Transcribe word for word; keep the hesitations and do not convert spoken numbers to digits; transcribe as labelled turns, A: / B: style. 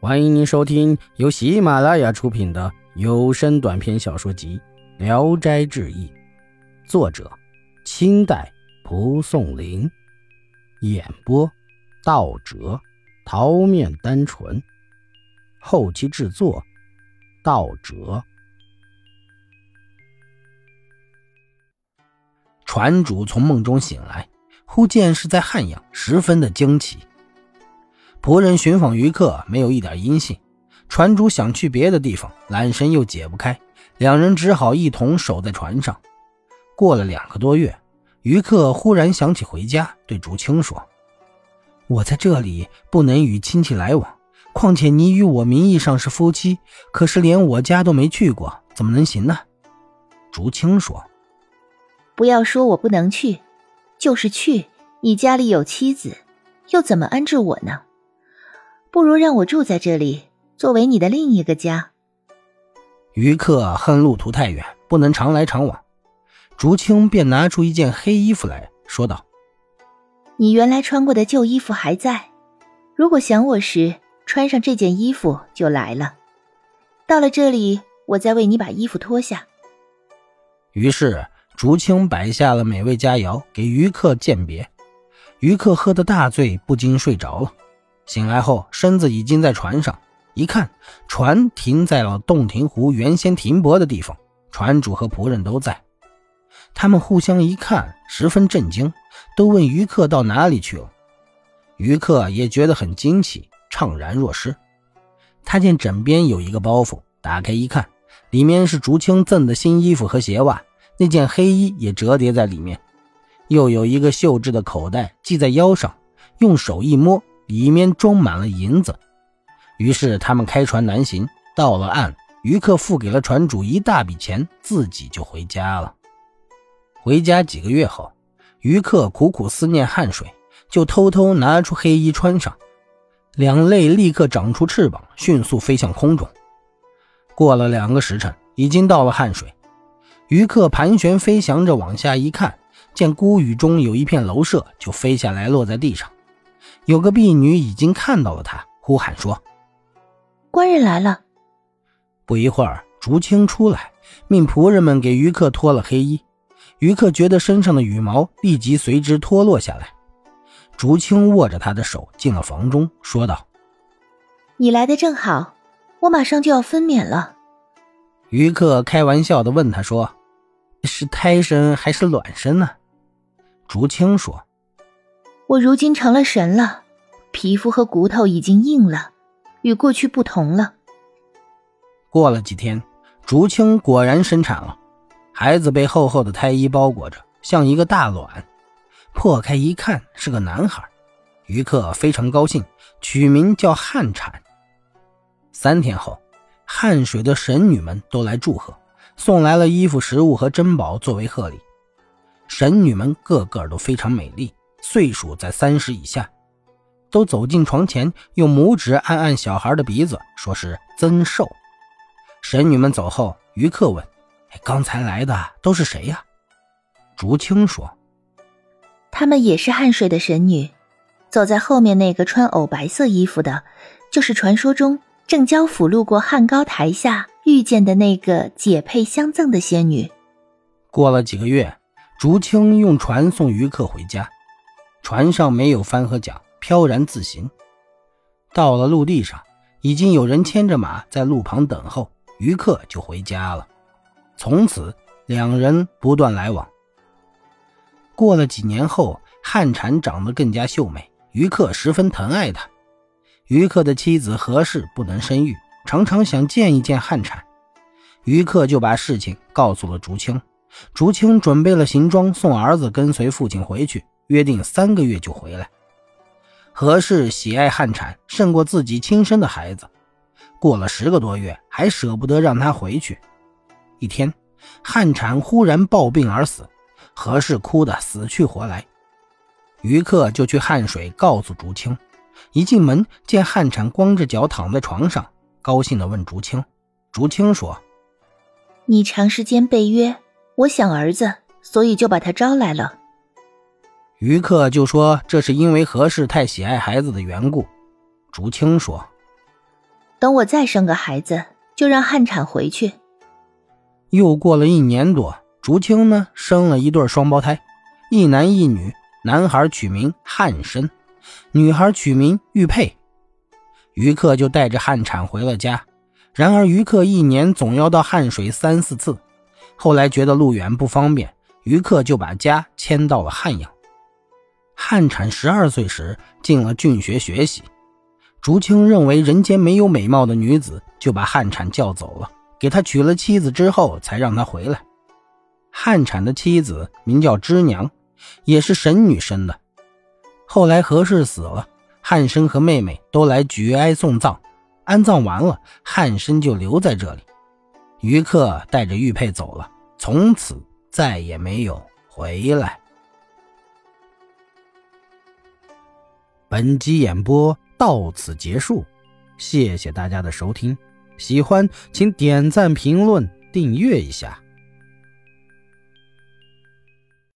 A: 欢迎您收听由喜马拉雅出品的有声短篇小说集《聊斋志异》，作者清代蒲松龄，演播道哲、桃面单纯，后期制作道哲。船主从梦中醒来，忽见是在汉阳，十分的惊奇。仆人寻访渔客，没有一点音信。船主想去别的地方，缆绳又解不开，两人只好一同守在船上。过了两个多月，渔客忽然想起回家，对竹青说：我在这里不能与亲戚来往，况且你与我名义上是夫妻，可是连我家都没去过，怎么能行呢？竹青说：
B: 不要说我不能去，就是去，你家里有妻子，又怎么安置我呢？不如让我住在这里，作为你的另一个家。
A: 渔客恨路途太远，不能常来常往。竹青便拿出一件黑衣服来说道：
B: 你原来穿过的旧衣服还在，如果想我时，穿上这件衣服就来了。到了这里，我再为你把衣服脱下。
A: 于是竹青摆下了美味佳肴，给渔客饯别。渔客喝得大醉，不禁睡着了。醒来后，身子已经在船上，一看，船停在了洞庭湖原先停泊的地方，船主和仆人都在。他们互相一看，十分震惊，都问渔客到哪里去了。渔客也觉得很惊奇，怅然若失。他见枕边有一个包袱，打开一看，里面是竹青赠的新衣服和鞋袜，那件黑衣也折叠在里面，又有一个绣制的口袋系在腰上，用手一摸，里面装满了银子。于是他们开船南行，到了岸，渔客付给了船主一大笔钱，自己就回家了。回家几个月后，渔客苦苦思念汉水，就偷偷拿出黑衣穿上，两肋立刻长出翅膀，迅速飞向空中。过了两个时辰，已经到了汉水。渔客盘旋飞翔着往下一看，见孤屿中有一片楼舍，就飞下来落在地上。有个婢女已经看到了他，呼喊说：
B: 官人来了。
A: 不一会儿，竹青出来，命仆人们给渔客脱了黑衣。渔客觉得身上的羽毛立即随之脱落下来。竹青握着他的手进了房中，说道：
B: 你来得正好，我马上就要分娩了。
A: 渔客开玩笑地问他说：是胎生还是卵生呢？竹青说：
B: 我如今成了神了，皮肤和骨头已经硬了，与过去不同了。
A: 过了几天，竹青果然生产了，孩子被厚厚的胎衣包裹着，像一个大卵。破开一看，是个男孩。渔客非常高兴，取名叫汉产。三天后，汉水的神女们都来祝贺，送来了衣服、食物和珍宝作为贺礼。神女们个个都非常美丽，岁数在三十以下，都走进床前，用拇指按按小孩的鼻子，说是增寿。神女们走后，渔客问：刚才来的都是谁呀？竹青说：
B: 她们也是汉水的神女，走在后面那个穿藕白色衣服的，就是传说中正交府路过汉高台下遇见的那个解配相赠的仙女。
A: 过了几个月，竹青用船送渔客回家，船上没有帆和桨，飘然自行。到了陆地上，已经有人牵着马在路旁等候，渔客就回家了。从此两人不断来往。过了几年后，汉产长得更加秀美，渔客十分疼爱她。渔客的妻子何氏不能生育，常常想见一见汉产。渔客就把事情告诉了竹青。竹青准备了行装，送儿子跟随父亲回去，约定三个月就回来。何氏喜爱汉产胜过自己亲生的孩子，过了十个多月，还舍不得让他回去。一天，汉产忽然暴病而死，何氏哭得死去活来。渔客就去汉水告诉竹青，一进门见汉产光着脚躺在床上，高兴地问竹青。竹青说：
B: 你长时间被约，我想儿子，所以就把他招来了。
A: 渔客就说这是因为何氏太喜爱孩子的缘故。竹青说：
B: 等我再生个孩子，就让汉产回去。
A: 又过了一年多，竹青呢生了一对双胞胎，一男一女，男孩取名汉申，女孩取名玉佩。于克就带着汉产回了家，然而于克一年总要到汉水三四次，后来觉得路远不方便，于克就把家迁到了汉阳。汉产十二岁时进了郡学学习，竹青认为人间没有美貌的女子，就把汉产叫走了，给他娶了妻子之后才让他回来。汉产的妻子名叫芝娘，也是神女生的。后来何氏死了，汉生和妹妹都来举哀送葬，安葬完了，汉生就留在这里。于克带着玉佩走了，从此再也没有回来。本集演播到此结束，谢谢大家的收听，喜欢请点赞评论订阅一下。